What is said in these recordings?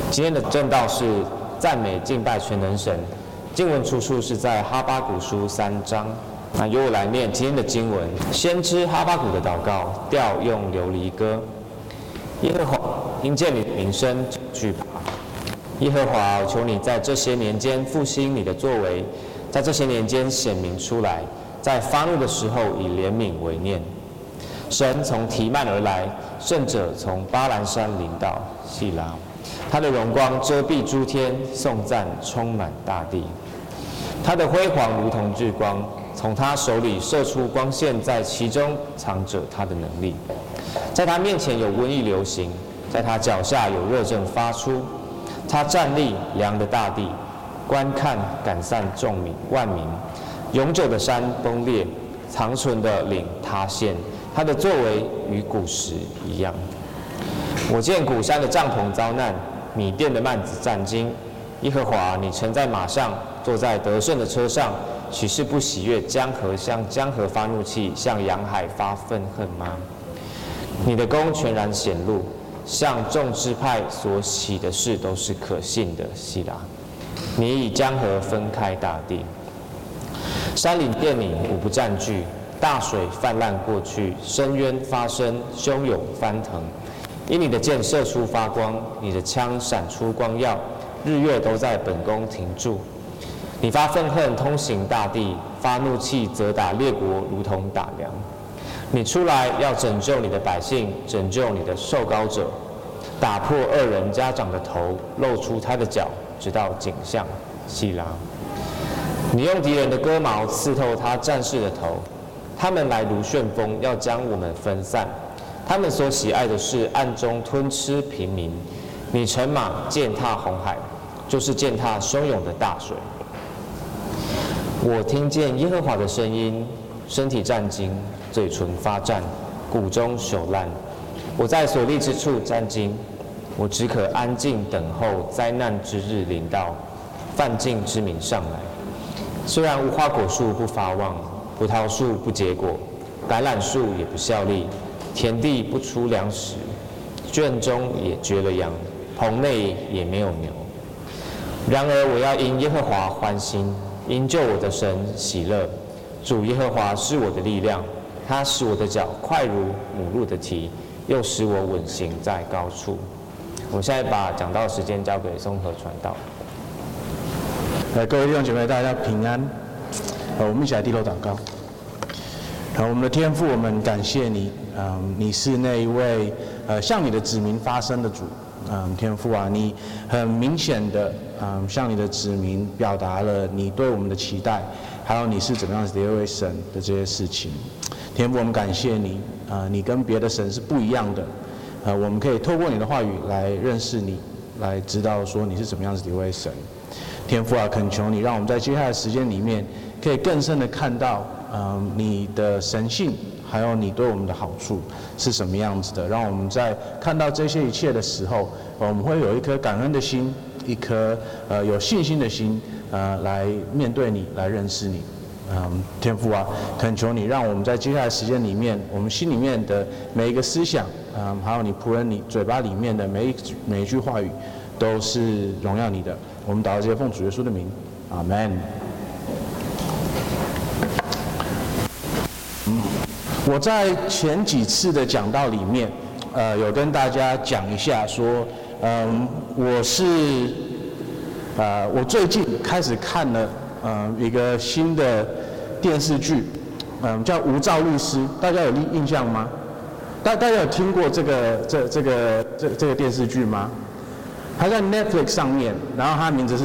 今天的正道是赞美敬拜全能神，经文出处是在哈巴谷书3章。那由我来念今天的经文。先知哈巴谷的祷告，调用流离歌。耶和华，因见你的名声惧怕。耶和华，求你在这些年间复兴你的作为，在这些年间显明出来，在发怒的时候以怜悯为念。神从提曼而来，圣者从巴兰山临到，细拉。他的荣光遮蔽诸天，颂赞充满大地。他的辉煌如同日光，从他手里射出光线，在其中藏着他的能力。在他面前有瘟疫流行，在他脚下有热症发出。他站立，量的大地，观看，赶散万民。永久的山崩裂，长存的岭塌陷。他的作为与古时一样。我见古山的帐篷遭难，米甸的幔子战惊。耶和华，你乘在马上，坐在得胜的车上，岂是不喜悦江河，向江河发怒气，向洋海发愤恨吗？你的功全然显露，向众支派所起的事都是可信的。希拉，你以江河分开大地，山岭殿岭无不占据。大水泛滥过去，深渊发生，汹涌翻腾。因你的箭射出发光，你的枪闪出光耀，日月都在本宫停住。你发愤恨通行大地，发怒气责打列国，如同打粮。你出来要拯救你的百姓，拯救你的受膏者，打破恶人家长的头，露出他的脚，直到颈项。希拉，你用敌人的戈矛刺透他战士的头。他们来如旋风，要将我们分散。他们所喜爱的是暗中吞吃平民。你乘马践踏红海，就是践踏汹涌的大水。我听见耶和华的声音，身体战惊，嘴唇发战，骨中朽烂。我在所立之处战惊，我只可安静等候灾难之日临到，犯境之民上来。虽然无花果树不发旺，葡萄树不结果，橄榄树也不效力，田地不出粮食，圈中也绝了羊，棚内也没有牛。然而我要因耶和华欢心，因救我的神喜乐。主耶和华是我的力量，他使我的脚快如母鹿的蹄，又使我稳行在高处。我现在把讲道时间交给松和传道。 各位弟兄姐妹，大家平安。我们一起来低头祷告。我们的天父，我们感谢你，你是那一位向你的子民发声的主，天父啊，你很明显的向你的子民表达了你对我们的期待，还有你是怎么样子的一位神的这些事情。天父，我们感谢你，你跟别的神是不一样的，我们可以透过你的话语来认识你，来知道说你是怎么样子的一位神。天父啊，恳求你让我们在接下来的时间里面，可以更深的看到你的神性，还有你对我们的好处是什么样子的。让我们在看到这些一切的时候，我们会有一颗感恩的心，一颗有信心的心，来面对你，来认识你。天父啊，恳求你让我们在接下来的时间里面，我们心里面的每一个思想，还有你仆人你嘴巴里面的每一句话语，都是荣耀你的。我们祷告这些奉主耶稣的名，阿们。我在前几次的讲道里面，有跟大家讲一下说，我最近开始看了一个新的电视剧，叫《无照律师》，大家有印象吗？大家有听过这个电视剧吗？它在 Netflix 上面，然后它的名字是，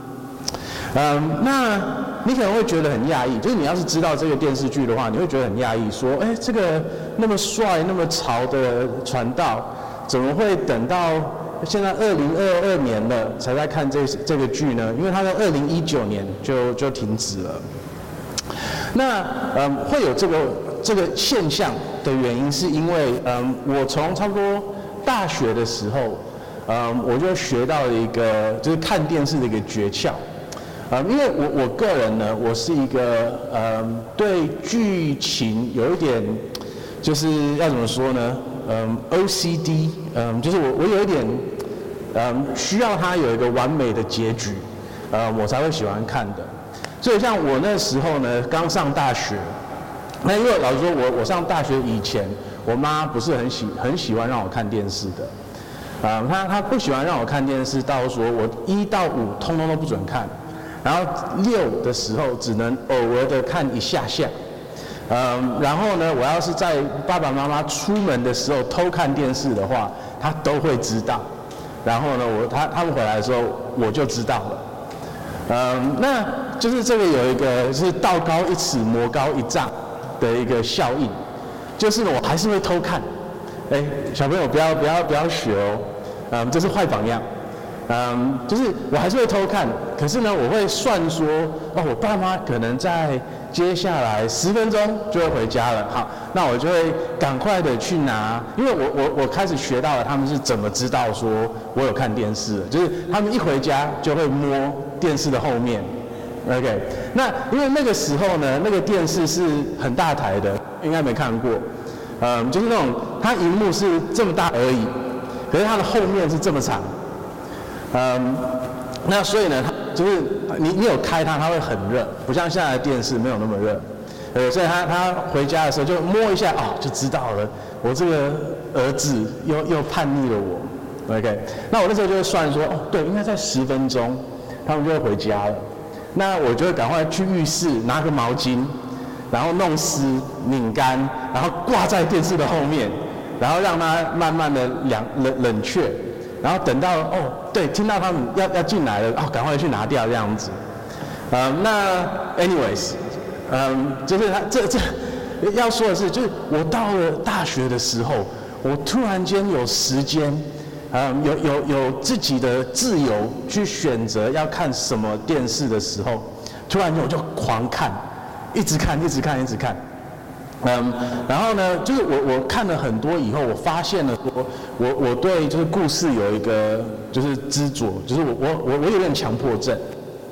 那你可能会觉得很讶异，就是你要是知道这个电视剧的话，你会觉得很讶异，说，这个那么帅、那么潮的传道，怎么会等到现在2022年了才在看这个剧呢？因为它在2019年就停止了。那会有这个现象的原因，是因为我从差不多大学的时候，我就学到了一个就是看电视的一个诀窍。因为我个人呢，我是一个对剧情有一点，就是要怎么说呢？OCD，就是我有一点需要它有一个完美的结局，我才会喜欢看的。所以像我那时候呢，刚上大学，那因为老实说，我上大学以前，我妈不是很喜欢让我看电视的，她不喜欢让我看电视，到说我1到5通通都不准看，然后6的时候只能偶尔的看一下下，然后呢，我要是在爸爸妈妈出门的时候偷看电视的话，她都会知道，然后呢，他们回来的时候我就知道了，那就是这个有一个就是道高1尺魔高1丈的一个效应，就是呢我还是会偷看，小朋友不要学哦，这是坏榜样，就是我还是会偷看，可是呢我会算说，我爸妈可能在接下来10分钟就会回家了，好，那我就会赶快的去拿，因为我开始学到了他们是怎么知道说我有看电视的，就是他们一回家就会摸电视的后面。OK， 那因为那个时候呢，那个电视是很大台的，应该没看过，就是那种它萤幕是这么大而已，可是它的后面是这么长，那所以呢，就是你有开它会很热，不像现在的电视没有那么热，所以他回家的时候就摸一下就知道了，我这个儿子又叛逆了我 ，OK， 那我那时候就会算说，对，应该在10分钟，他们就会回家了。那我就会赶快去浴室拿个毛巾，然后弄湿、拧干，然后挂在电视的后面，然后让它慢慢的冷却，然后等到对，听到他们要进来了，赶快去拿掉这样子。那 anyways， 就是这要说的是，就是我到了大学的时候，我突然间有时间。有自己的自由去选择要看什么电视的时候，突然间我就狂看，一直看。然后呢，就是我看了很多以后，我发现了说，我对就是故事有一个就是执着，就是我有点强迫症，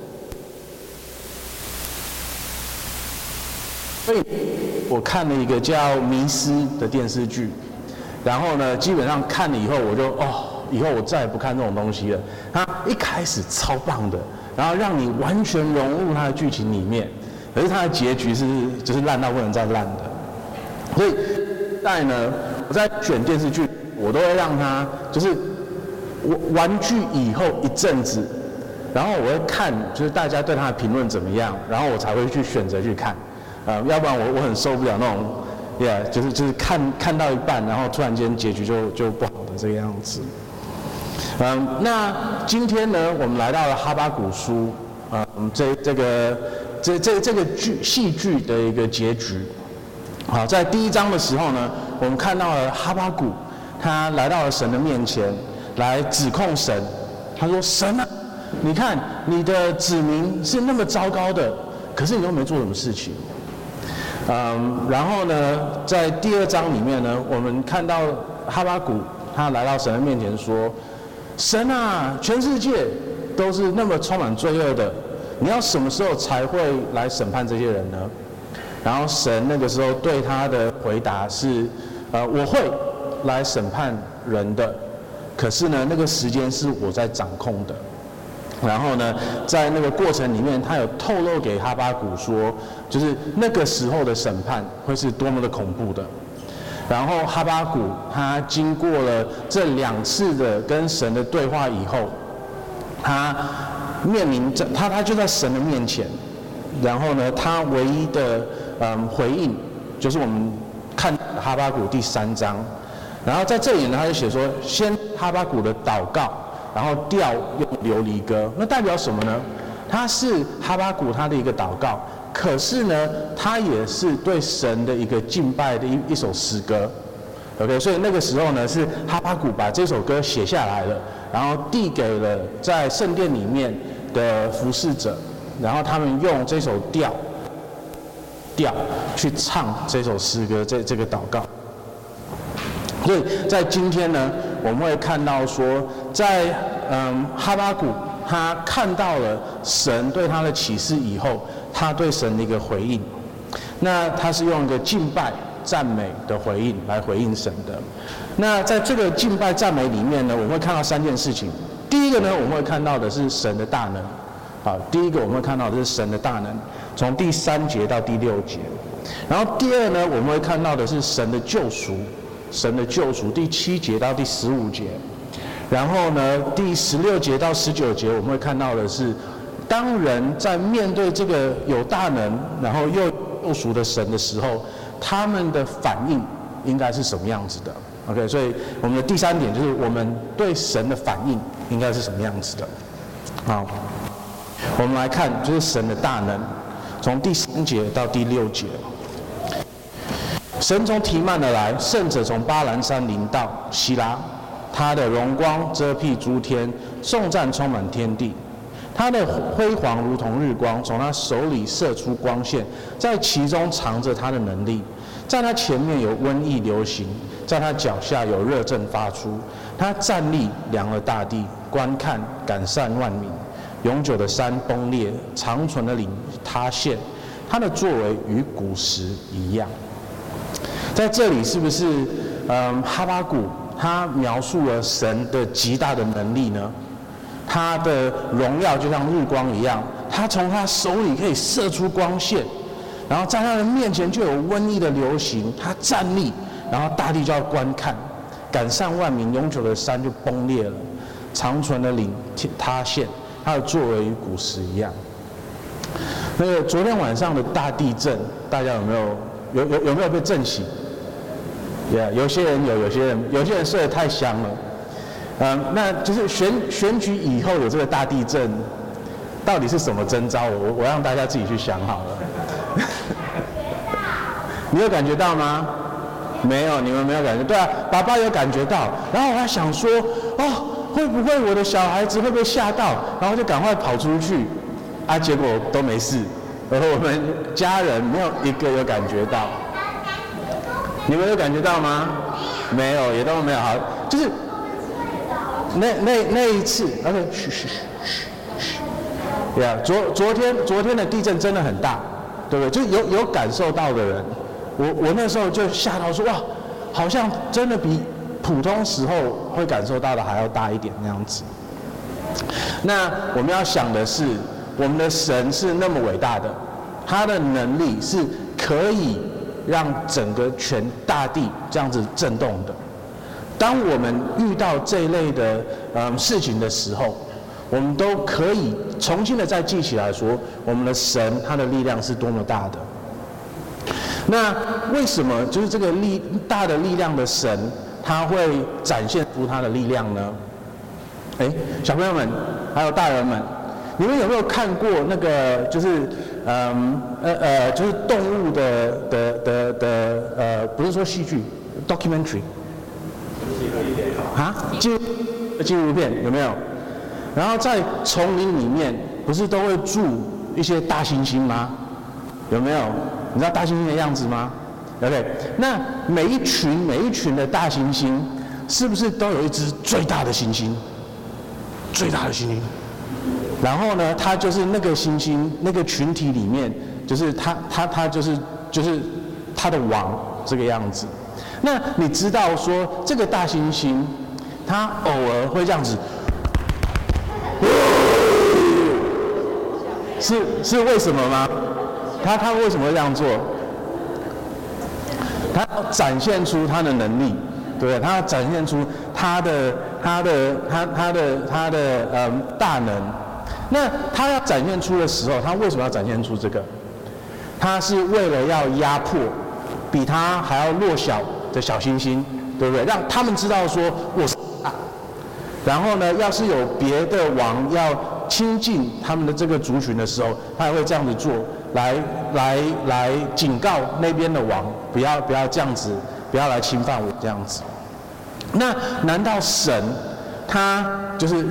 所以我看了一个叫《迷失》的电视剧。然后呢，基本上看了以后，我就以后我再也不看这种东西了。它一开始超棒的，然后让你完全融入它的剧情里面，可是它的结局就是烂到不能再烂的。所以，在呢，我在选电视剧，我都会让它就是我玩剧以后一阵子，然后我会看就是大家对它的评论怎么样，然后我才会去选择去看。要不然我很受不了那种。就是看到一半，然后突然间结局就不好的这个样子。那今天呢，我们来到了哈巴谷书，这个戏剧的一个结局。好，在第1章的时候呢，我们看到了哈巴谷，他来到了神的面前，来指控神。他说：“神啊，你看你的子民是那么糟糕的，可是你又没做什么事情。”然后呢，在第2章里面呢，我们看到哈巴谷他来到神的面前说：“神啊，全世界都是那么充满罪恶的，你要什么时候才会来审判这些人呢？”然后神那个时候对他的回答是：“我会来审判人的，可是呢，那个时间是我在掌控的。”然后呢，在那个过程里面，他有透露给哈巴谷说，就是那个时候的审判会是多么的恐怖的。然后哈巴谷他经过了这2次的跟神的对话以后，他面临着他就在神的面前，然后呢，他唯一的回应就是我们看哈巴谷第3章，然后在这里呢，他就写说，先哈巴谷的祷告。然后调用流离歌，那代表什么呢？它是哈巴谷他的一个祷告，可是呢，它也是对神的一个敬拜的一首诗歌。OK， 所以那个时候呢，是哈巴谷把这首歌写下来了，然后递给了在圣殿里面的服侍者，然后他们用这首调去唱这首诗歌，这个祷告。所以在今天呢，我们会看到说，在哈巴谷他看到了神对他的启示以后，他对神的一个回应。那他是用一个敬拜赞美的回应来回应神的。那在这个敬拜赞美里面呢，我们会看到3件事情。第一个呢，我们会看到的是神的大能。第一个我们会看到的是神的大能，从第3节到第6节。然后第二呢，我们会看到的是神的救赎，神的救赎，第7节到第15节。然后呢，第16节到19节，我们会看到的是，当人在面对这个有大能，然后又救赎的神的时候，他们的反应应该是什么样子的 ？OK， 所以我们的第3点就是我们对神的反应应该是什么样子的。好，我们来看就是神的大能，从第3节到第6节。神从提曼而来，圣者从巴兰山临到希拉，他的荣光遮蔽诸天，颂赞充满天地。他的辉煌如同日光，从他手里射出光线，在其中藏着他的能力。在他前面有瘟疫流行，在他脚下有热症发出。他站立量了大地，观看赶散万民。永久的山崩裂，长存的岭塌陷，他的作为与古时一样。在这里是不是哈巴谷他描述了神的极大的能力呢？他的荣耀就像日光一样，他从他手里可以射出光线，然后在他的面前就有瘟疫的流行，他站立，然后大地就要观看，赶散万民，永久的山就崩裂了，长存的岭塌陷，他的作为与古时一样。那个昨天晚上的大地震，大家有没有被震醒？有些人有，有些人睡得太香了。那就是选举以后有这个大地震，到底是什么征兆？我让大家自己去想好了。你有感觉到吗？没有，你们没有感觉。对啊，爸爸有感觉到。然后我还想说，会不会我的小孩子会被吓到？然后就赶快跑出去，结果都没事。然后我们家人没有一个有感觉到。你们有感觉到吗？没有，也都没有。好，就是那一次 ，OK， 昨天的地震真的很大，对不对？就有感受到的人，我那时候就吓到说，哇，好像真的比普通时候会感受到的还要大一点那样子。那我们要想的是，我们的神是那么伟大的，他的能力是可以让整个全大地这样子震动的。当我们遇到这一类的事情的时候，我们都可以重新的再记起来说，我们的神他的力量是多么大的。那为什么就是这个大的力量的神，他会展现出他的力量呢？小朋友们还有大人们，你们有没有看过那个就是就是动物的不是说戏剧 documentary 纪录片有没有？然后在丛林里面不是都会住一些大猩猩吗？有没有？你知道大猩猩的样子吗 ？OK， 那每一群的大猩猩，是不是都有一只最大的猩猩？最大的猩猩。然后呢，它就是那个猩猩那个群体里面，就是它就是它的王这个样子。那你知道说这个大猩猩，它偶尔会这样子，是为什么吗？他为什么会这样做？他要展现出他的能力，对不对？他要展现出他的大能。那他要展现出的时候，他为什么要展现出这个？他是为了要压迫比他还要弱小的小猩猩，对不对？让他们知道说我是大。然后呢，要是有别的王要亲近他们的这个族群的时候，他也会这样子做，来警告那边的王，不要这样子，不要来侵犯我这样子。那难道神他就是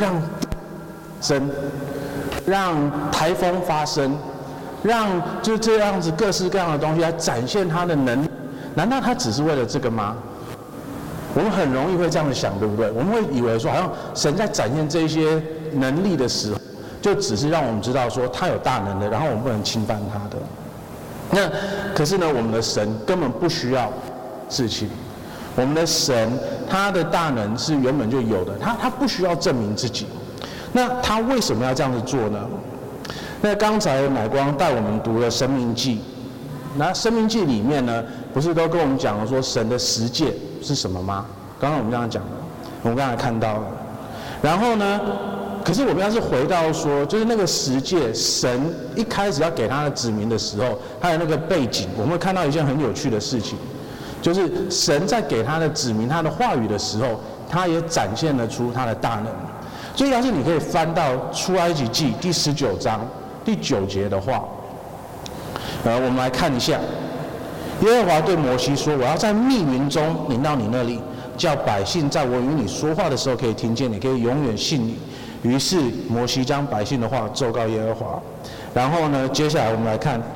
让台风发生，让就这样子各式各样的东西来展现他的能力？难道他只是为了这个吗？我们很容易会这样子想，对不对？我们会以为说，好像神在展现这些能力的时候，就只是让我们知道说他有大能的，然后我们不能侵犯他的。 那可是呢，我们的神根本不需要事情。我们的神他的大能是原本就有的，他不需要证明自己。那他为什么要这样子做呢？那刚才乃光带我们读了《申命记》，那《申命记》里面呢，不是都跟我们讲了说神的十诫是什么吗？刚刚我们这样讲的，我们刚才看到了。然后呢，可是我们要是回到说，就是那个十诫，神一开始要给他的子民的时候，他的那个背景，我们会看到一件很有趣的事情，就是神在给他的子民他的话语的时候，他也展现了出他的大能。所以要是你可以翻到出埃及记第19章第9节的话，我们来看一下，耶和华对摩西说：“我要在密云中领到你那里，叫百姓在我与你说话的时候可以听见你，可以永远信你。”于是摩西将百姓的话奏告耶和华。然后呢，接下来我们来看，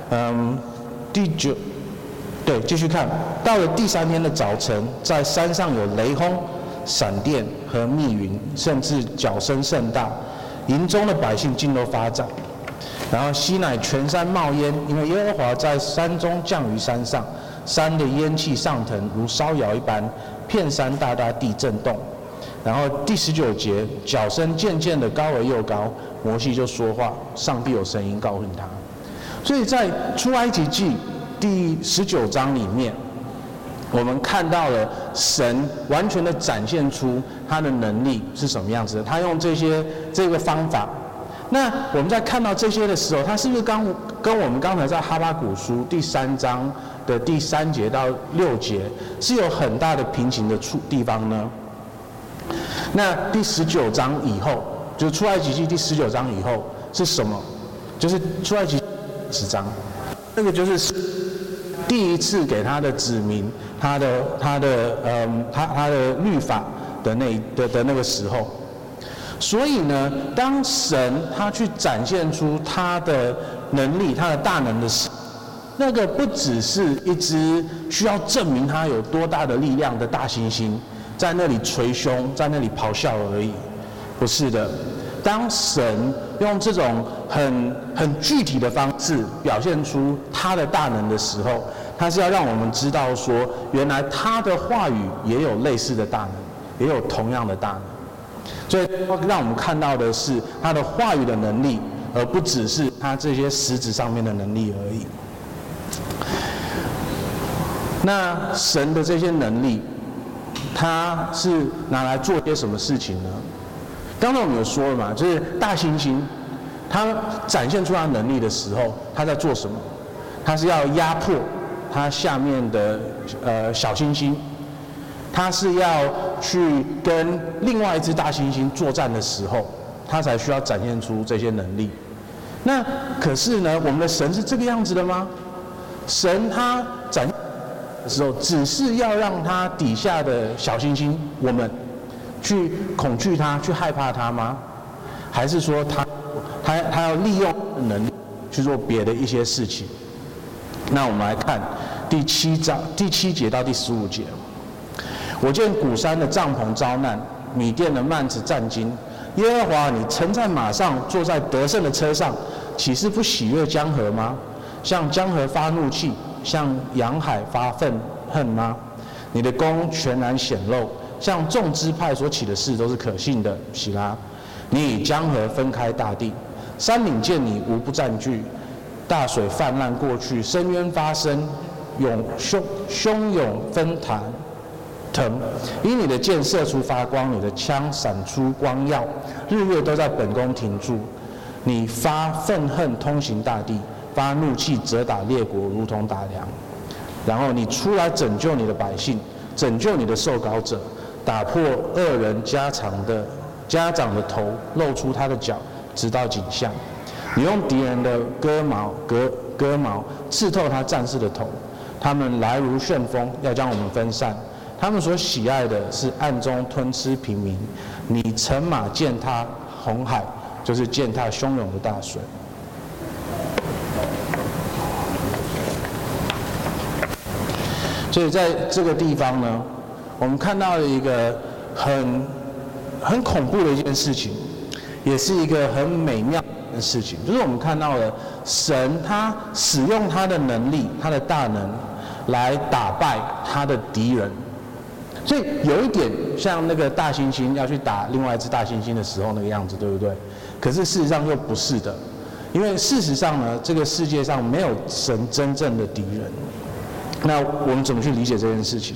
继续看，到了第3天的早晨，在山上有雷轰、闪电和密云，甚至角声甚大，营中的百姓尽都发战。然后西乃全山冒烟，因为耶和华在山中降于山上，山的烟气上腾，如烧窑一般，遍山大大地震动。然后第19节，角声渐渐的高而又高，摩西就说话，上帝有声音告诉他。所以在出埃及记第19章里面，我们看到了神完全的展现出他的能力是什么样子的。他用这个方法。那我们在看到这些的时候，他是不是跟我们刚才在哈巴谷书第3章的第3节到6节是有很大的平行的地方呢？那第19章以后，就是出埃及记第19章以后是什么？就是出埃及10章，那个就是第一次给他的子民他的律法的那个时候。所以呢，当神他去展现出他的能力、他的大能的时候，那个不只是一只需要证明他有多大的力量的大猩猩在那里捶胸、在那里咆哮而已，不是的。当神用这种很具体的方式表现出他的大能的时候，他是要让我们知道说，原来他的话语也有类似的大能，也有同样的大能。所以让我们看到的是他的话语的能力，而不只是他这些实质上面的能力而已。那神的这些能力，他是拿来做些什么事情呢？刚才我们有说了嘛，就是大猩猩，他展现出他能力的时候，他在做什么？他是要压迫他下面的小猩猩。他是要去跟另外一只大猩猩作战的时候，他才需要展现出这些能力。那可是呢，我们的神是这个样子的吗？神他展现的时候，只是要让他底下的小猩猩我们去恐惧他、去害怕他吗？还是说他要利用能力去做别的一些事情？那我们来看第7节到第15节。我见古山的帐篷遭难，米甸的幔子战惊。耶和华，你曾在马上，坐在得胜的车上，岂是不喜悦江河吗？向江河发怒气，向洋海发愤恨吗？你的功全然显露，向众支派所起的事都是可信的。喜拉，你以江河分开大地，山岭见你无不占据，大水泛滥过去，深渊发生，汹涌分腾。因你的箭射出发光，你的枪闪出光耀，日月都在本宫停住。你发愤恨通行大地，发怒气责打列国，如同打粮。然后你出来拯救你的百姓，拯救你的受膏者，打破恶人家长的头，露出他的脚，直到颈项。你用敌人的戈矛刺透他战士的头，他们来如旋风，要将我们分散。他们所喜爱的是暗中吞吃平民。你乘马践踏红海，就是践踏汹涌的大水。所以在这个地方呢，我们看到了一个很恐怖的一件事情，也是一个很美妙的件事情，就是我们看到了神他使用他的能力，他的大能来打败他的敌人。所以有一点像那个大猩猩要去打另外一只大猩猩的时候那个样子，对不对？可是事实上又不是的，因为事实上呢，这个世界上没有神真正的敌人。那我们怎么去理解这件事情？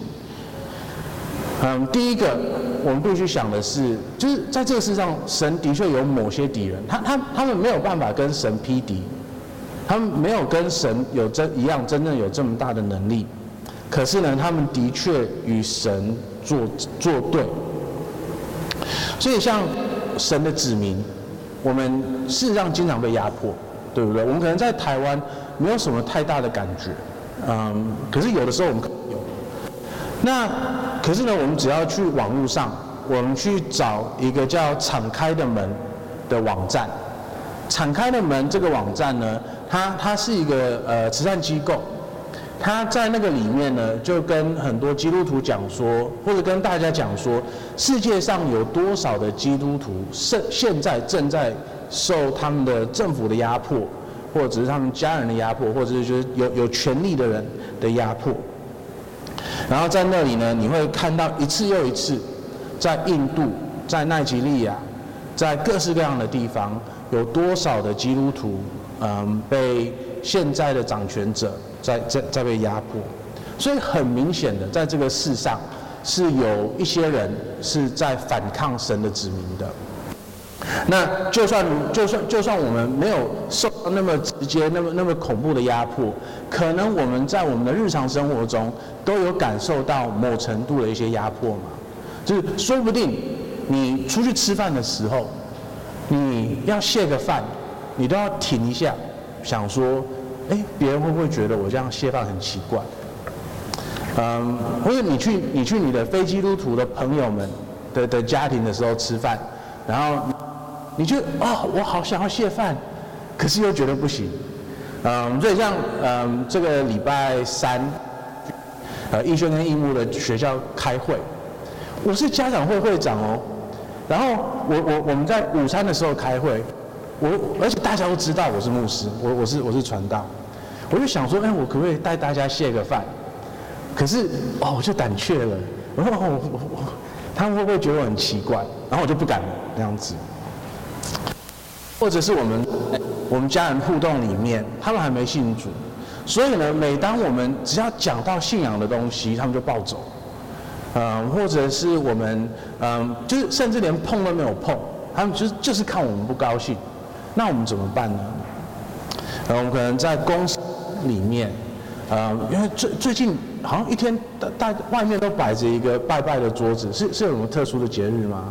第一个我们必须想的是，就是在这个世上，神的确有某些敌人，他们没有办法跟神匹敌，他们没有跟神有真正有这么大的能力。可是呢，他们的确与神作对。所以像神的子民，我们事实上经常被压迫，对不对？我们可能在台湾没有什么太大的感觉，可是有的时候我们有。那可是呢，我们只要去网络上，我们去找一个叫敞开的门的网站。敞开的门这个网站呢，它是一个慈善机构。他在那个里面呢，就跟很多基督徒讲说，或者跟大家讲说，世界上有多少的基督徒现在正在受他们的政府的压迫，或者是他们家人的压迫，或者是就是有权力的人的压迫。然后在那里呢，你会看到一次又一次，在印度、在奈及利亚、在各式各样的地方，有多少的基督徒，被现在的掌权者在被压迫。所以很明显的，在这个世上是有一些人是在反抗神的子民的。那就算我们没有受到那么直接、那么恐怖的压迫，可能我们在我们的日常生活中都有感受到某程度的一些压迫嘛。就是说不定你出去吃饭的时候，你要谢个饭，你都要停一下，想说，别人会不会觉得我这样谢饭很奇怪？或者你去你的非基督徒的朋友们的家庭的时候吃饭，然后你就我好想要谢饭，可是又觉得不行。所以像这个礼拜三，义轩跟义木的学校开会，我是家长会会长哦。然后我们在午餐的时候开会，而且大家都知道我是牧师，我是传道，我就想说，我可不可以带大家谢个饭？可是我就胆怯了，他们会不会觉得我很奇怪？然后我就不敢那样子。或者是我们家人互动里面，他们还没信主，所以呢，每当我们只要讲到信仰的东西，他们就暴走。或者是我们就是甚至连碰都没有碰，他们就是看我们不高兴，那我们怎么办呢？我们可能在公司里面，因为最近好像一天外面都摆着一个拜拜的桌子，是有什么特殊的节日吗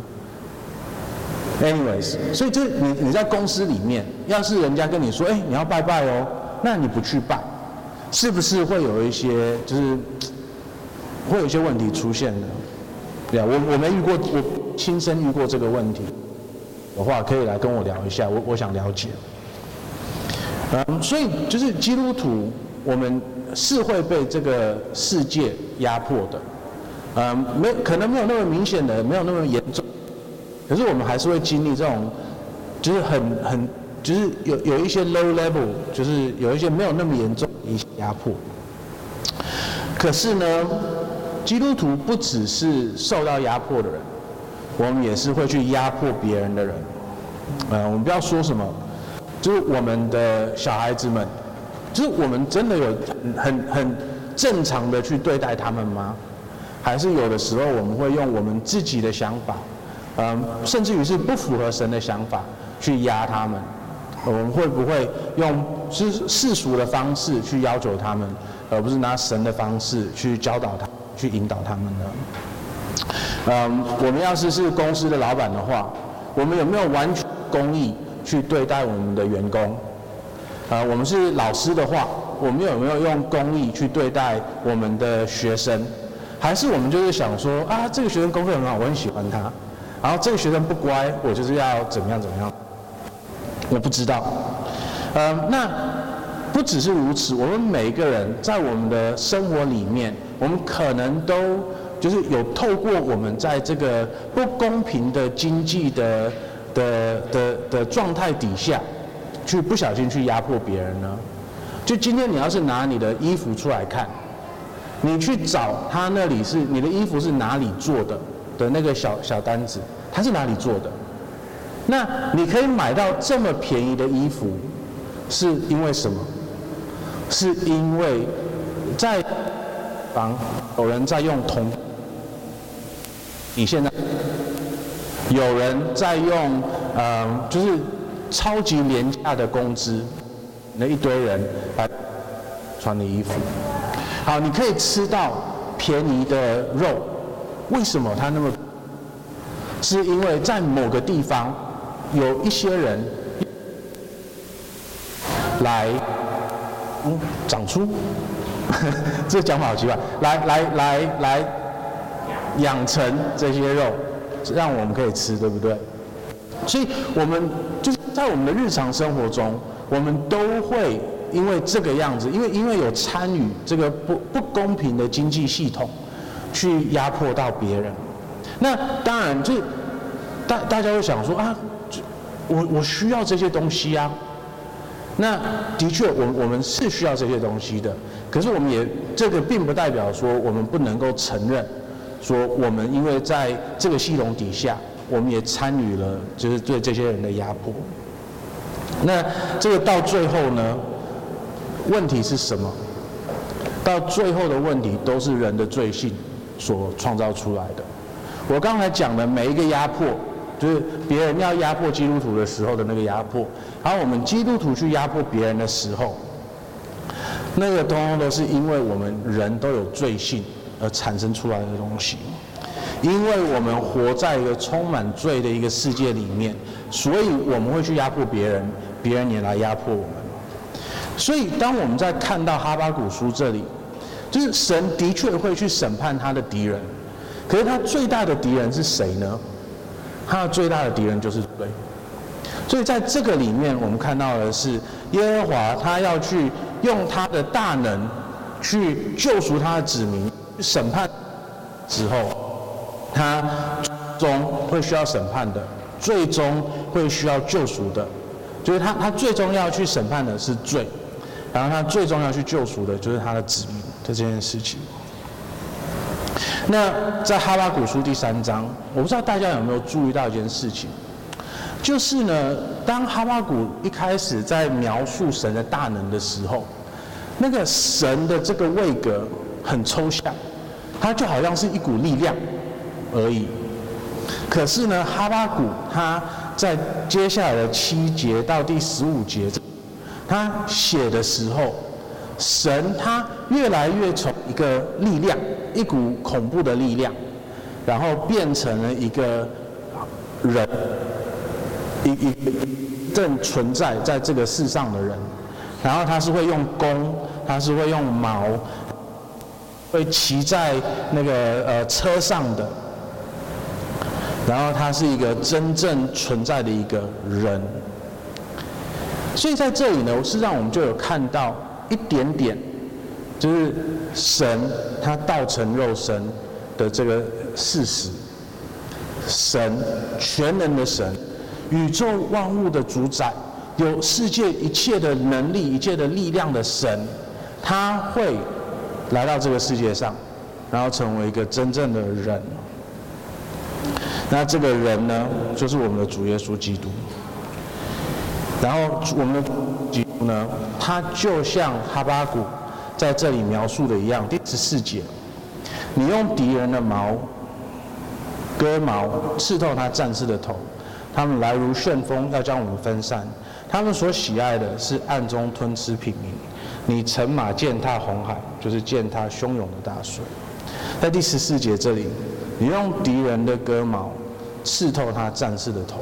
？Anyways， 所以你在公司里面，要是人家跟你说，你要拜拜哦，那你不去拜，是不是会有一些就是会有一些问题出现的？对啊，我没遇过，我亲身遇过这个问题的话，可以来跟我聊一下，我想了解。所以就是基督徒，我们是会被这个世界压迫的，可能没有那么明显的，没有那么严重，可是我们还是会经历这种，就是就是有一些 low level， 就是有一些没有那么严重的一些压迫。可是呢，基督徒不只是受到压迫的人，我们也是会去压迫别人的人。我们不要说什么，就是我们的小孩子们，就是我们真的有很正常的去对待他们吗？还是有的时候我们会用我们自己的想法，甚至于是不符合神的想法去压他们？我们会不会用世俗的方式去要求他们，而不是拿神的方式去教导他们，去引导他们呢？我们要是公司的老板的话，我们有没有完全公义去对待我们的员工？我们是老师的话，我们有没有用公义去对待我们的学生？还是我们就是想说这个学生功课很好，我很喜欢他，然后这个学生不乖，我就是要怎么样？我不知道。那不只是如此，我们每一个人在我们的生活里面，我们可能都就是有透过我们在这个不公平的经济的状态底下， 不小心去压迫别人呢？就今天你要是拿你的衣服出来看，你去找他那里是你的衣服是哪里做的那个小单子，它是哪里做的？那你可以买到这么便宜的衣服，是因为什么？是因为在房有人在用你现在有人在用就是超级廉价的工资，那一堆人来穿的衣服。好，你可以吃到便宜的肉，为什么它那么？是因为在某个地方有一些人来长出，这个讲法好奇怪，来养成这些肉，让我们可以吃，对不对？所以我们就是在我们的日常生活中，我们都会因为这个样子，因为有参与这个不公平的经济系统，去压迫到别人。那当然，就大家会想说啊，我需要这些东西啊。那的确，我们是需要这些东西的。可是我们也这个并不代表说我们不能够承认，说我们因为在这个系统底下，我们也参与了，就是对这些人的压迫。那这个到最后呢，问题是什么？到最后的问题都是人的罪性所创造出来的。我刚才讲的每一个压迫，就是别人要压迫基督徒的时候的那个压迫，然后我们基督徒去压迫别人的时候，那个通通都是因为我们人都有罪性而产生出来的东西。因为我们活在一个充满罪的一个世界里面，所以我们会去压迫别人，别人也来压迫我们。所以当我们在看到哈巴谷书这里，就是神的确会去审判他的敌人，可是他最大的敌人是谁呢？他的最大的敌人就是罪。所以在这个里面，我们看到的是耶和华他要去用他的大能去救赎他的子民，审判之后，他终会需要审判的，最终会需要救赎的，就是他最终要去审判的是罪，然后他最终要去救赎的就是他的子民的这件事情。那在哈巴谷书第3章，我不知道大家有没有注意到一件事情，就是呢，当哈巴谷一开始在描述神的大能的时候，那个神的这个位格很抽象，它就好像是一股力量而已。可是呢，哈巴谷他在接下来的7节到第15节，他写的时候，神他越来越从一个力量，一股恐怖的力量，然后变成了一个人，一正存在在这个世上的人，然后他是会用弓，他是会用矛，会骑在那个车上的，然后他是一个真正存在的一个人。所以在这里呢，事实上我们就有看到一点点，就是神他道成肉身的这个事实。神，全能的神，宇宙万物的主宰，有世界一切的能力、一切的力量的神，他会来到这个世界上，然后成为一个真正的人。那这个人呢，就是我们的主耶稣基督。然后我们的基督呢，他就像哈巴谷在这里描述的一样，第14节，你用敌人的矛割毛，刺透他战士的头，他们来如旋风，要将我们分散。他们所喜爱的是暗中吞吃平民。你乘马践踏红海，就是践踏汹涌的大水。在第14节这里，你用敌人的割毛，刺透他战士的头。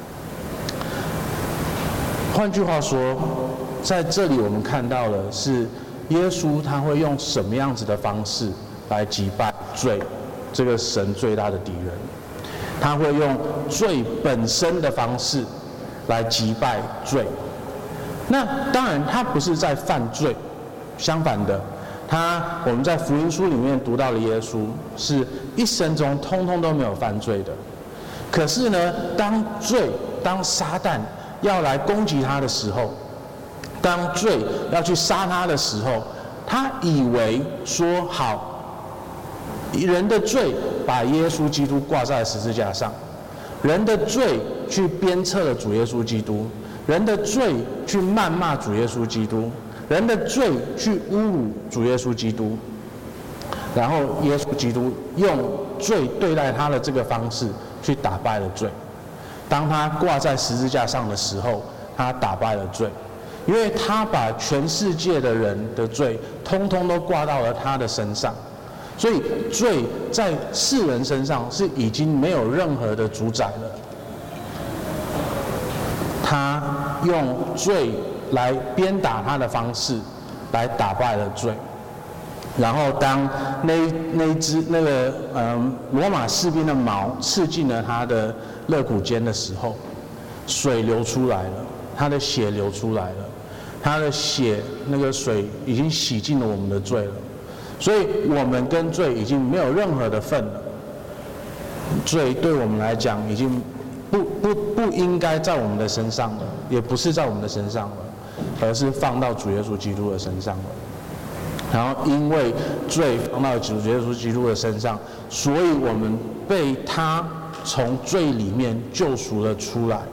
换句话说，在这里我们看到的是耶稣他会用什么样子的方式来击败罪，这个神最大的敌人。他会用罪本身的方式来击败罪。那当然他不是在犯罪，相反的，我们在福音书里面读到的耶稣是一生中通通都没有犯罪的。可是呢，当撒旦要来攻击他的时候，当罪要去杀他的时候，他以为说好，人的罪把耶稣基督挂在十字架上，人的罪去鞭策了主耶稣基督，人的罪去谩骂主耶稣基督，人的罪去侮辱主耶稣基督，然后耶稣基督用罪对待他的这个方式去打败了罪。当他挂在十字架上的时候，他打败了罪，因为他把全世界的人的罪通通都挂到了他的身上，所以罪在世人身上是已经没有任何的主宰了。他用罪来鞭打他的方式来打败了罪。然后当那个罗马士兵的矛刺进了他的肋骨间的时候，水流出来了，他的血流出来了，他的血那个水已经洗净了我们的罪了，所以我们跟罪已经没有任何的份了。罪对我们来讲已经不应该在我们的身上了，也不是在我们的身上了，而是放到主耶稣基督的身上了。然后因为罪放到主耶稣基督的身上，所以我们被他从罪里面救赎了出来。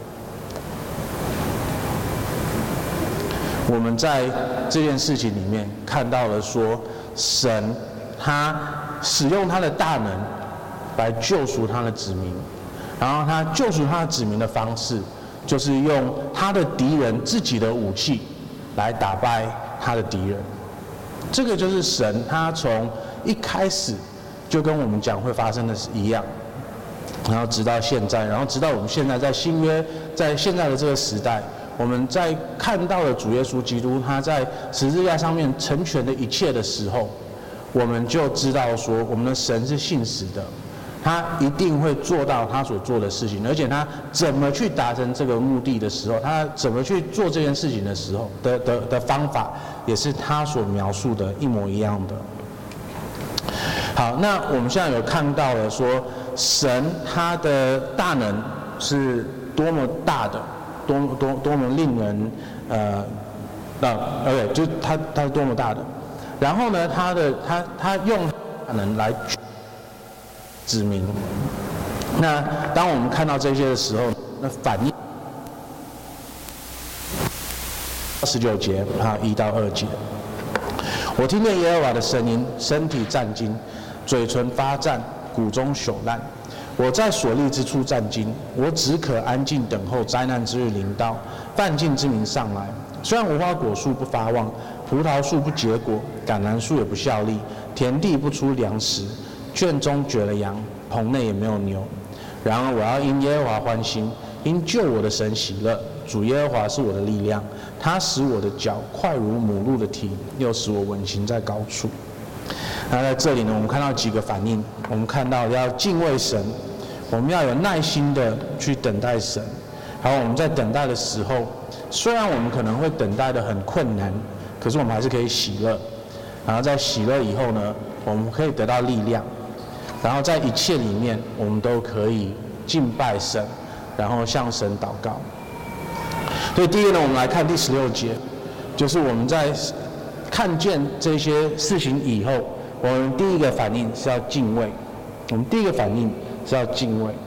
我们在这件事情里面看到了说，神他使用他的大能来救赎他的子民，然后他救赎他的子民的方式，就是用他的敌人自己的武器来打败他的敌人。这个就是神他从一开始就跟我们讲会发生的是一样，然后直到现在，然后直到我们现在在新约，在现在的这个时代，我们在看到了主耶稣基督他在十字架上面成全的一切的时候，我们就知道说我们的神是信实的，他一定会做到他所做的事情，而且他怎么去达成这个目的的时候，他怎么去做这件事情的时候的方法，也是他所描述的一模一样的。好，那我们现在有看到了说，神他的大能是多么大的，多么令人OK， 就是他是多么大的。然后呢，他用大能来指明。那当我们看到这些的时候，那反应19节1到2节，我听见耶和华的声音，身体战惊，嘴唇发战，骨中朽烂。我在所立之处战惊，我只可安静等候灾难之日临到，犯境之民上来。虽然无花果树不发旺，葡萄树不结果，橄榄树也不效力，田地不出粮食，圈中绝了羊，棚内也没有牛。然而我要因耶和华欢心，因救我的神喜乐。主耶和华是我的力量，他使我的脚快如母鹿的蹄，又使我稳行在高处。那在这里呢，我们看到几个反应。我们看到要敬畏神，我们要有耐心的去等待神。然后我们在等待的时候，虽然我们可能会等待的很困难，可是我们还是可以喜乐。然后在喜乐以后呢，我们可以得到力量。然后在一切里面，我们都可以敬拜神，然后向神祷告。所以第一个呢，我们来看第16节，就是我们在看见这些事情以后，我们第一个反应是要敬畏。我们第一个反应是要敬畏。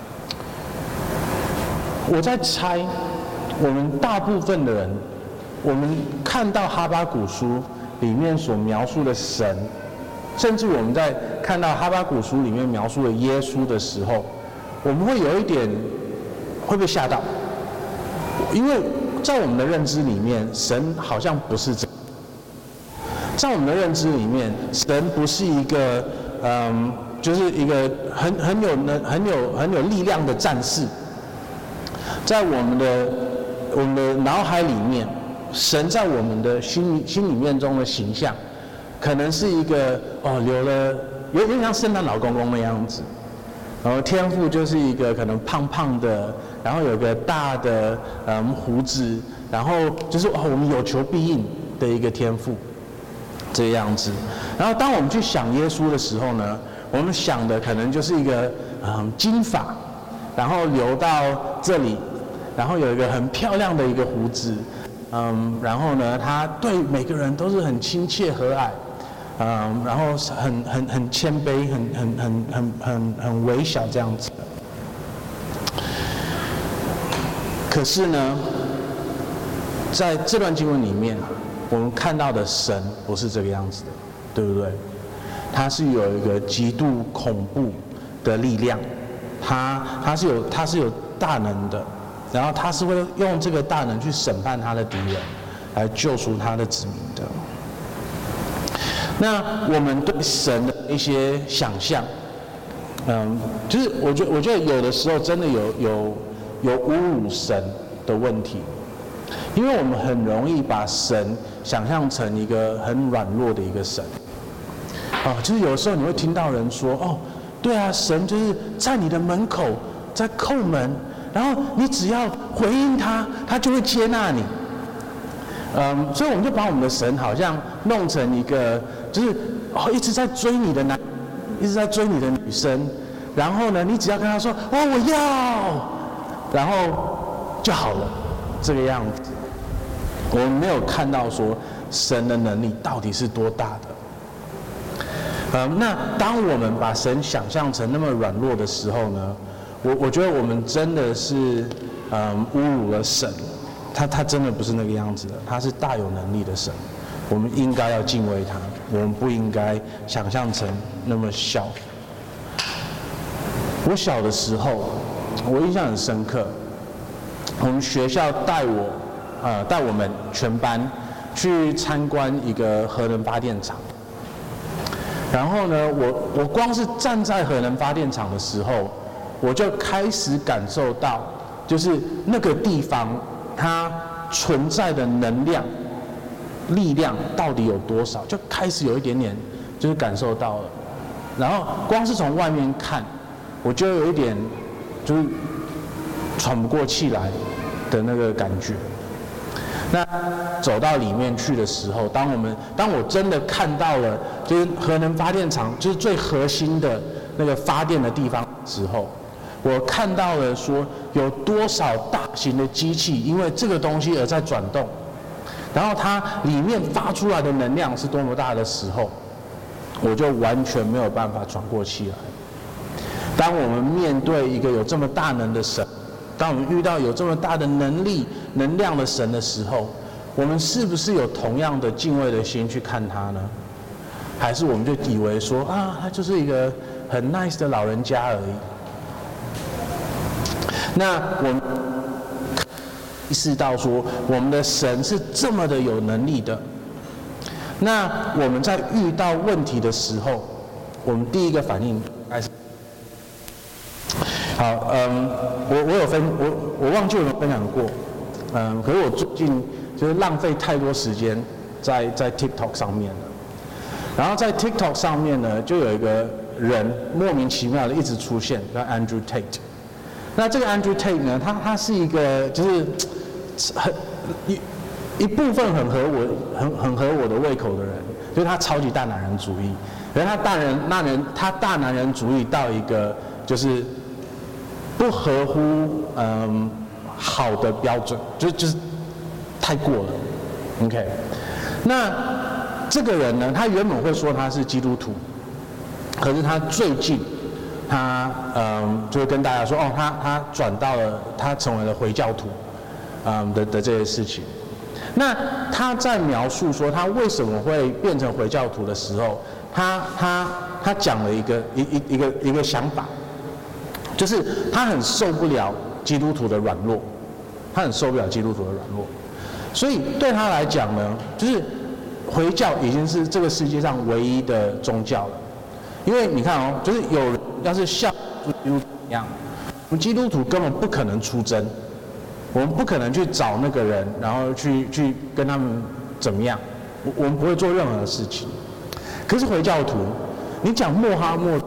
我在猜，我们大部分的人，我们看到哈巴谷书里面所描述的神，甚至我们在看到哈巴谷书里面描述的耶稣的时候，我们会有一点会被吓到，因为在我们的认知里面，神好像不是这样。在我们的认知里面，神不是一个就是一个很有力量的战士。在我们的脑海里面，神在我们的心里面中的形象，可能是一个留了有点像圣诞老公公的样子，然后天父就是一个可能胖胖的，然后有个大的胡子，然后就是我们有求必应的一个天父这样子。然后当我们去想耶稣的时候呢，我们想的可能就是一个金发，然后留到这里， 然后有一个很漂亮的一个胡子，然后呢，他对每个人都是很亲切和蔼，然后很谦卑，很微小这样子。可是呢，在这段经文里面，我们看到的神不是这个样子的，对不对？他是有一个极度恐怖的力量，他是有大能的，然后他是会用这个大能去审判他的敌人，来救赎他的子民的。那我们对神的一些想象，就是我觉得有的时候真的有侮辱神的问题，因为我们很容易把神想象成一个很软弱的一个神。就是有时候你会听到人说，对啊，神就是在你的门口在叩门，然后你只要回应他，他就会接纳你。所以我们就把我们的神好像弄成一个，就是一直在追你的男，一直在追你的女生，然后呢，你只要跟他说我要，然后就好了，这个样子。我们没有看到说神的能力到底是多大的。那当我们把神想象成那么软弱的时候呢，我觉得我们真的是侮辱了神。他真的不是那个样子的，他是大有能力的神，我们应该要敬畏他，我们不应该想象成那么小。我小的时候，我印象很深刻，我们学校带我们全班去参观一个核能发电厂。然后呢，我光是站在核能发电厂的时候，我就开始感受到，就是那个地方它存在的能量、力量到底有多少，就开始有一点点就是感受到了。然后光是从外面看，我就有一点就是喘不过气来的那个感觉。那走到里面去的时候，当我真的看到了，就是核能发电厂就是最核心的那个发电的地方之后，我看到了说有多少大型的机器因为这个东西而在转动，然后它里面发出来的能量是多么大的时候，我就完全没有办法喘过气来。当我们面对一个有这么大能的神，当我们遇到有这么大的能力、能量的神的时候，我们是不是有同样的敬畏的心去看他呢？还是我们就以为说他就是一个很 nice 的老人家而已？那我们意识到说，我们的神是这么的有能力的。那我们在遇到问题的时候，我们第一个反应还是好，我忘记我有分享过，可是我最近就是浪费太多时间在 TikTok 上面了。然后在 TikTok 上面呢，就有一个人莫名其妙的一直出现，叫 Andrew Tate。那这个 Andrew Tate 呢，他是一个就是一部分很合我的胃口的人，就是他超级大男人主义，而他大男人主义到一个就是不合乎好的标准，就是太过了 ，OK。那这个人呢，他原本会说他是基督徒，可是他最近他就会跟大家说，他转到了，他成为了回教徒，的这些事情。那他在描述说他为什么会变成回教徒的时候，他讲了一个想法。就是他很受不了基督徒的软弱，所以对他来讲呢，就是回教已经是这个世界上唯一的宗教了。因为你看就是有人要是像基督徒一样，我们基督徒根本不可能出征，我们不可能去找那个人，然后去跟他们怎么样，我们不会做任何的事情。可是回教徒，你讲穆罕默德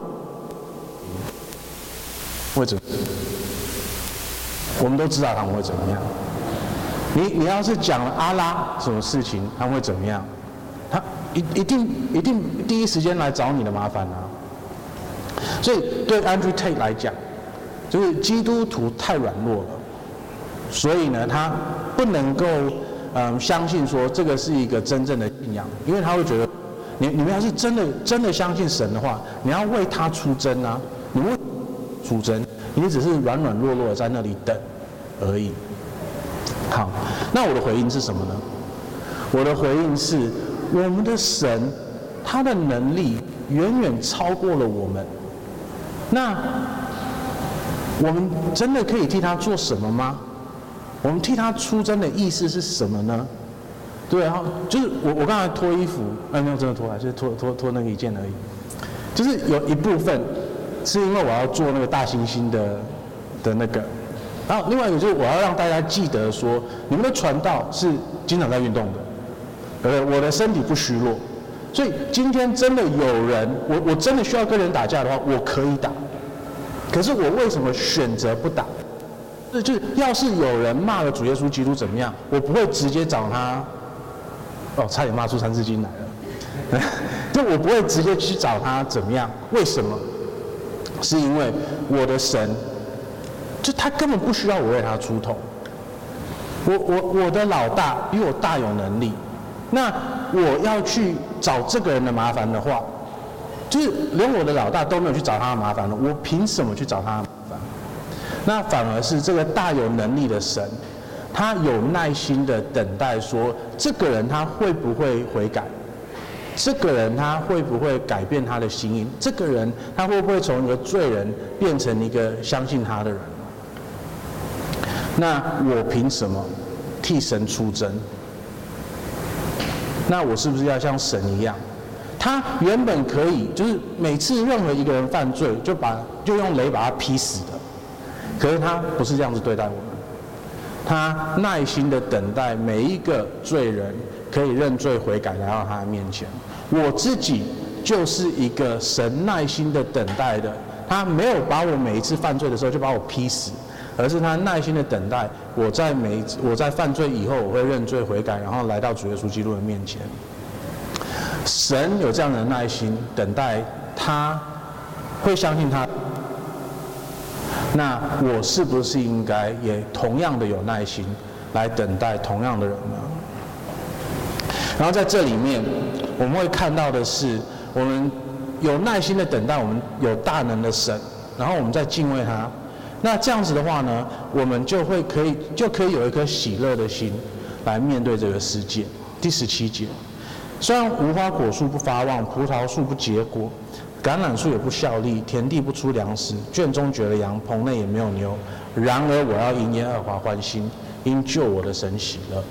会怎么？我们都知道他们会怎么样。你要是讲了阿拉什么事情，他们会怎么样？他一定第一时间来找你的麻烦啊。所以对 Andrew Tate 来讲，就是基督徒太软弱了， 所以呢，他不能够相信说这个是一个真正的信仰，因为他会觉得你们要是真的相信神的话，你要为他出征啊，你为出征，你只是软软弱弱的在那里等而已。好，那我的回应是什么呢？我的回应是，我们的神他的能力远远超过了我们，那我们真的可以替他做什么吗？我们替他出征的意思是什么呢？对，然后就是我刚才脱衣服，没有真的脱啊，就是脱那个一件而已。就是有一部分是因为我要做那个大猩猩的那个，然后另外一个就是我要让大家记得说，你们的传道是经常在运动的，我的身体不虚弱，所以今天真的有人，我真的需要跟人打架的话，我可以打。可是我为什么选择不打？就是要是有人骂了主耶稣基督怎么样，我不会直接找他。哦，差点骂出三字经来了。就我不会直接去找他怎么样？为什么？是因为我的神，就他根本不需要我为他出头。我的老大比我大有能力，那我要去找这个人的麻烦的话，就是连我的老大都没有去找他的麻烦了，我凭什么去找他的麻烦？那反而是这个大有能力的神，他有耐心的等待说，这个人他会不会悔改？这个人他会不会改变他的心意？这个人他会不会从一个罪人变成一个相信他的人？那我凭什么替神出征？那我是不是要像神一样？他原本可以，就是每次任何一个人犯罪，就用雷把他劈死的。可是他不是这样子对待我们，他耐心的等待每一个罪人可以认罪悔改来到他的面前。我自己就是一个神耐心的等待的，他没有把我每一次犯罪的时候就把我劈死，而是他耐心的等待我在犯罪以后，我会认罪悔改，然后来到主耶稣基督的面前。神有这样的耐心等待，他会相信他。那我是不是应该也同样的有耐心来等待同样的人呢？然后在这里面，我们会看到的是，我们有耐心的等待我们有大能的神，然后我们再敬畏他。那这样子的话呢，我们就可以有一颗喜乐的心来面对这个世界。第17节，虽然无花果树不发旺，葡萄树不结果，橄榄树也不效力，田地不出粮食，圈中绝了羊，棚内也没有牛。然而我要因耶和华欢心，因救我的神喜乐。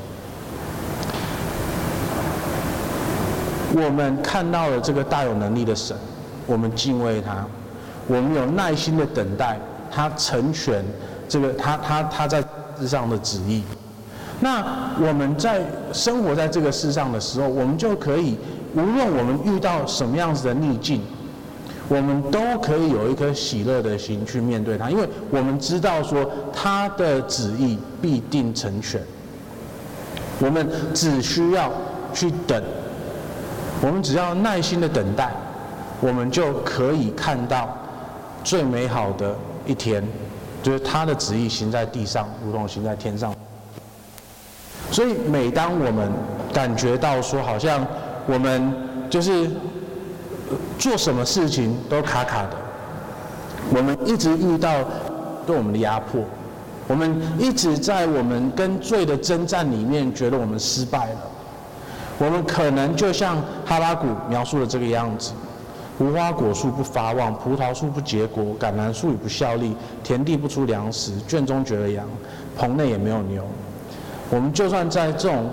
我们看到了这个大有能力的神，我们敬畏他，我们有耐心的等待他成全这个他在世上的旨意。那我们在生活在这个世上的时候，我们就可以，无论我们遇到什么样子的逆境，我们都可以有一颗喜乐的心去面对它，因为我们知道说他的旨意必定成全。我们只需要去等，我们只要耐心的等待，我们就可以看到最美好的一天，就是他的旨意行在地上，如同行在天上。所以每当我们感觉到说好像我们就是做什么事情都卡卡的，我们一直遇到对我们的压迫，我们一直在我们跟罪的征战里面觉得我们失败了，我们可能就像哈巴谷描述的这个样子，无花果树不发旺，葡萄树不结果，橄榄树也不效力，田地不出粮食，圈中绝了羊，棚内也没有牛。我们就算在这种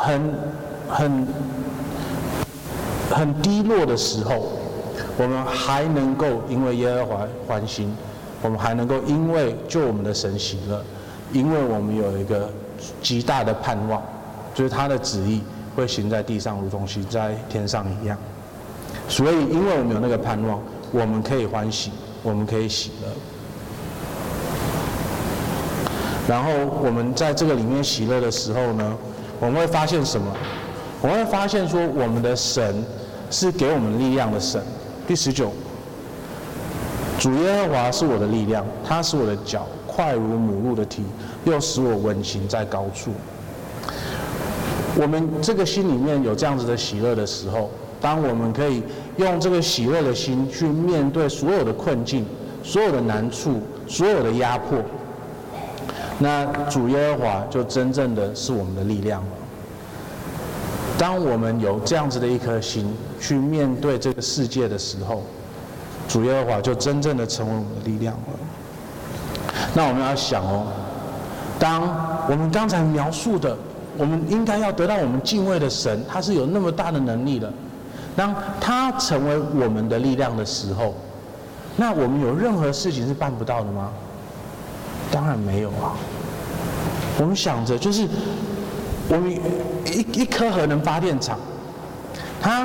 很低落的时候，我们还能够因为耶和华欢心，我们还能够因为救我们的神喜乐，因为我们有一个极大的盼望，就是他的旨意会行在地上，如同行在天上一样。所以因为我们有那个盼望，我们可以欢喜，我们可以喜乐。然后我们在这个里面喜乐的时候呢，我们会发现什么？我们会发现说，我们的神是给我们力量的神。第19，主耶和华是我的力量，他使我的脚快如母鹿的蹄，又使我稳行在高处。我们这个心里面有这样子的喜乐的时候，当我们可以用这个喜乐的心去面对所有的困境、所有的难处、所有的压迫，那主耶和华就真正的是我们的力量了。当我们有这样子的一颗心去面对这个世界的时候，主耶和华就真正的成为我们的力量了。那我们要想哦，当我们刚才描述的，我们应该要得到我们敬畏的神，他是有那么大的能力的。当他成为我们的力量的时候，那我们有任何事情是办不到的吗？当然没有啊。我们想着就是我们一颗核能发电厂，它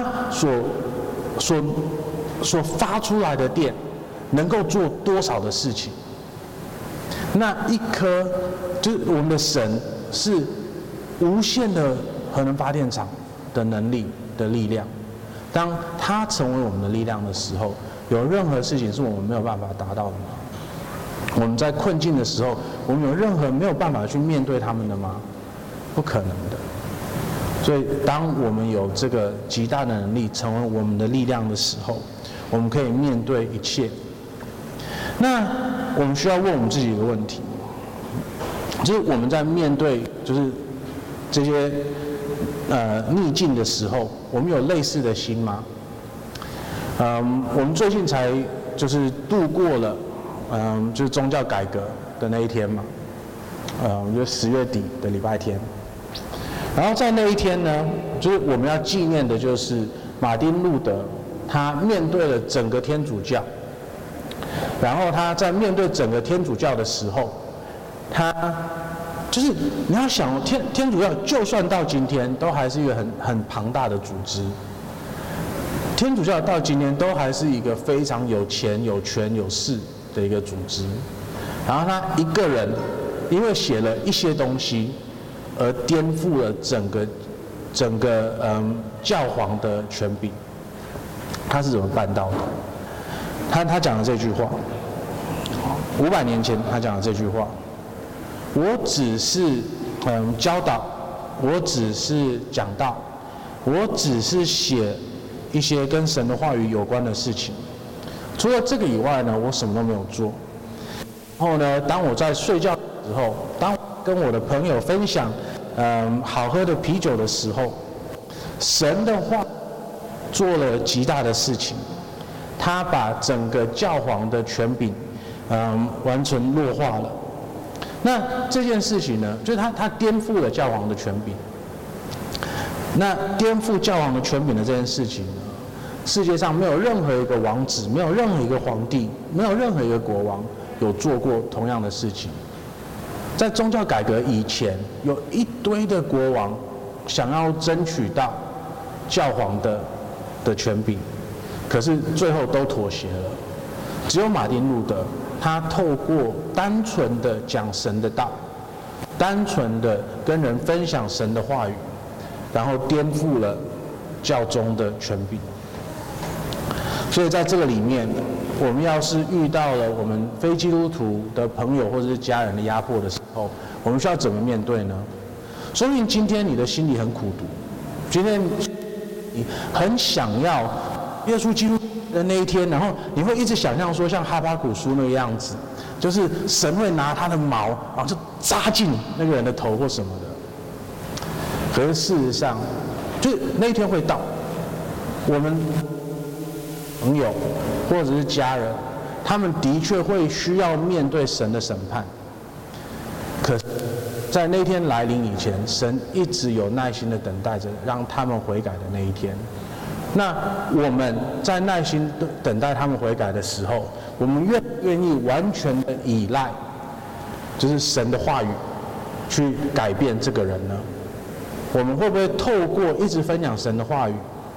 所发出来的电能够做多少的事情？那一颗就是我们的神是无限的核能发电厂的能力的力量。当它成为我们的力量的时候，有任何事情是我们没有办法达到的吗？我们在困境的时候，我们有任何没有办法去面对他们的吗？不可能的。所以，当我们有这个极大的能力成为我们的力量的时候，我们可以面对一切。那我们需要问我们自己一个问题，就是我们在面对就是这些逆境的时候，我们有类似的心吗？我们最近才就是度过了就是宗教改革的那一天嘛，就10月底的礼拜天。然后在那一天呢，就是我们要纪念的就是马丁路德，他面对了整个天主教，然后他在面对整个天主教的时候，他就是你要想天主教就算到今天都还是一个很庞大的组织，天主教到今天都还是一个非常有钱有权有势的一个组织，然后他一个人因为写了一些东西而颠覆了整个教皇的权柄。他是怎么办到的？他讲了这句话，500年前他讲了这句话：我只是教导，我只是讲道，我只是写一些跟神的话语有关的事情。除了这个以外呢，我什么都没有做。然后呢，当我在睡觉的时候，当我跟我的朋友分享好喝的啤酒的时候，神的话做了极大的事情，他把整个教皇的权柄完全弱化了。那这件事情呢，就是他颠覆了教皇的权柄。那颠覆教皇的权柄的这件事情呢，世界上没有任何一个王子，没有任何一个皇帝，没有任何一个国王有做过同样的事情。在宗教改革以前，有一堆的国王想要争取到教皇的权柄，可是最后都妥协了。只有马丁路德，他透过单纯的讲神的道，单纯的跟人分享神的话语，然后颠覆了教宗的权柄。所以在这个里面，我们要是遇到了我们非基督徒的朋友或者是家人的压迫的时候，我们需要怎么面对呢？说明今天你的心里很苦毒，今天你很想要耶稣基督的那一天，然后你会一直想象说像哈巴谷书那个样子，就是神会拿他的矛，然后就扎进那个人的头或什么的。可是事实上，就是那一天会到，我们朋友或者是家人，他们的确会需要面对神的审判。可是在那天来临以前，神一直有耐心的等待着，让他们悔改的那一天。那我们在耐心等待他们悔改的时候，我们愿意完全的依赖，就是神的话语，去改变这个人呢？我们会不会透过一直分享神的话语，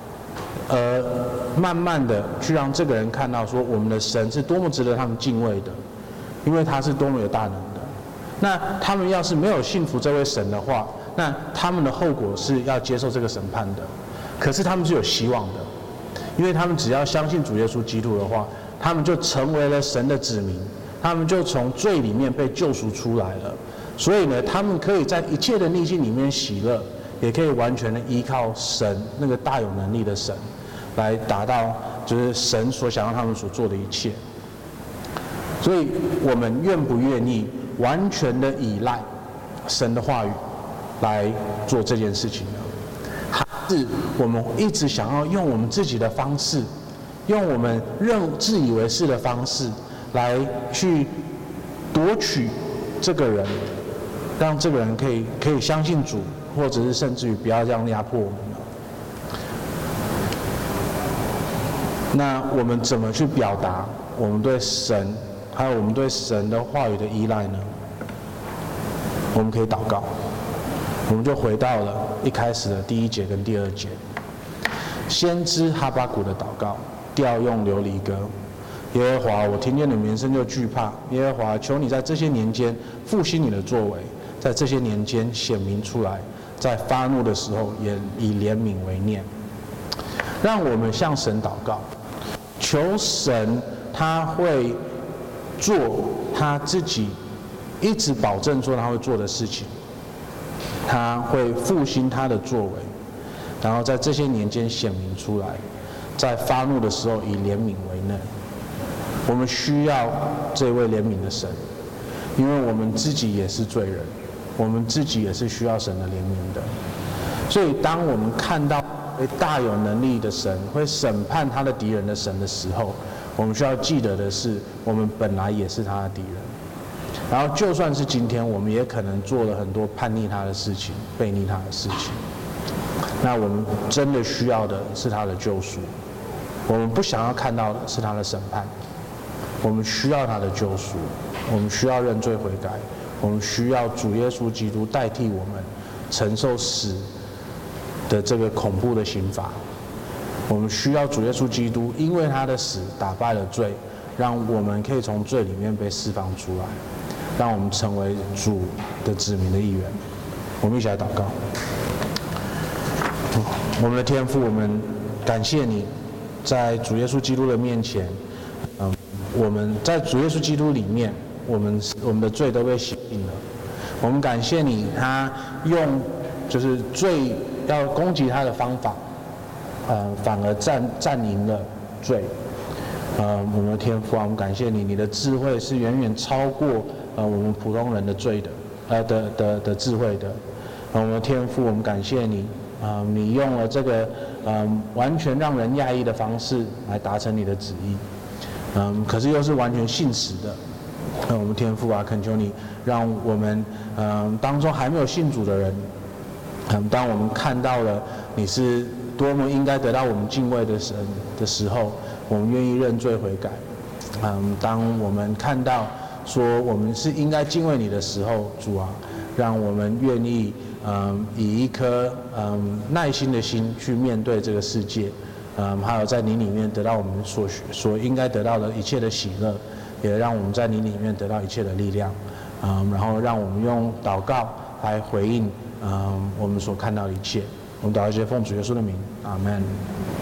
慢慢的去让这个人看到说，我们的神是多么值得他们敬畏的，因为他是多么有大能的。那他们要是没有信服这位神的话，那他们的后果是要接受这个审判的。可是他们是有希望的，因为他们只要相信主耶稣基督的话，他们就成为了神的子民， 他们就从罪里面被救赎出来了。所以呢，他们可以在一切的逆境里面喜乐，也可以完全的依靠神那个大有能力的神，来达到就是神所想让他们所做的一切。所以，我们愿不愿意完全的依赖神的话语来做这件事情呢？还是我们一直想要用我们自己的方式，用我们自以为是的方式来去夺取这个人，让这个人可以相信主，或者是甚至于不要这样压迫我们呢？那我们怎么去表达我们对神还有我们对神的话语的依赖呢？我们可以祷告。我们就回到了一开始的第1节跟第2节，先知哈巴谷的祷告，调用流离歌。耶和华，我听见你名声就惧怕。耶和华，求你在这些年间复兴你的作为，在这些年间显明出来，在发怒的时候也以怜悯为念。让我们向神祷告，求神他会做他自己一直保证说他会做的事情，他会复兴他的作为，然后在这些年间显明出来，在发怒的时候以怜悯为念。我们需要这位怜悯的神，因为我们自己也是罪人，我们自己也是需要神的怜悯的。所以当我们看到大有能力的神会审判他的敌人的神的时候，我们需要记得的是，我们本来也是他的敌人。然后就算是今天，我们也可能做了很多叛逆他的事情、背逆他的事情。那我们真的需要的是他的救赎，我们不想要看到的是他的审判。我们需要他的救赎，我们需要认罪悔改，我们需要主耶稣基督代替我们承受死的这个恐怖的刑罚。我们需要主耶稣基督，因为他的死打败了罪，让我们可以从罪里面被释放出来，让我们成为主的子民的一员。我们一起来祷告。我们的天父，我们感谢你，在主耶稣基督的面前，我们在主耶稣基督里面，我们的罪都被洗净了。我们感谢你，他用就是罪要攻击他的方法，反而占赢了罪。我们的天父啊，我们感谢你，你的智慧是远远超过我们普通人的罪的智慧的。我们的天父，我们感谢你，你用了这个完全让人讶异的方式来达成你的旨意。可是又是完全信实的。我们天父啊，恳求你让我们当中还没有信主的人，当我们看到了你是多么应该得到我们敬畏的神的时候，我们愿意认罪悔改。当我们看到说我们是应该敬畏你的时候，主啊，让我们愿意以一颗耐心的心去面对这个世界。还有在你里面得到我们所应该得到的一切的喜乐，也让我们在你里面得到一切的力量，然后让我们用祷告来回应我们所看到的一切。我们祷告这些奉主耶稣的名，阿们。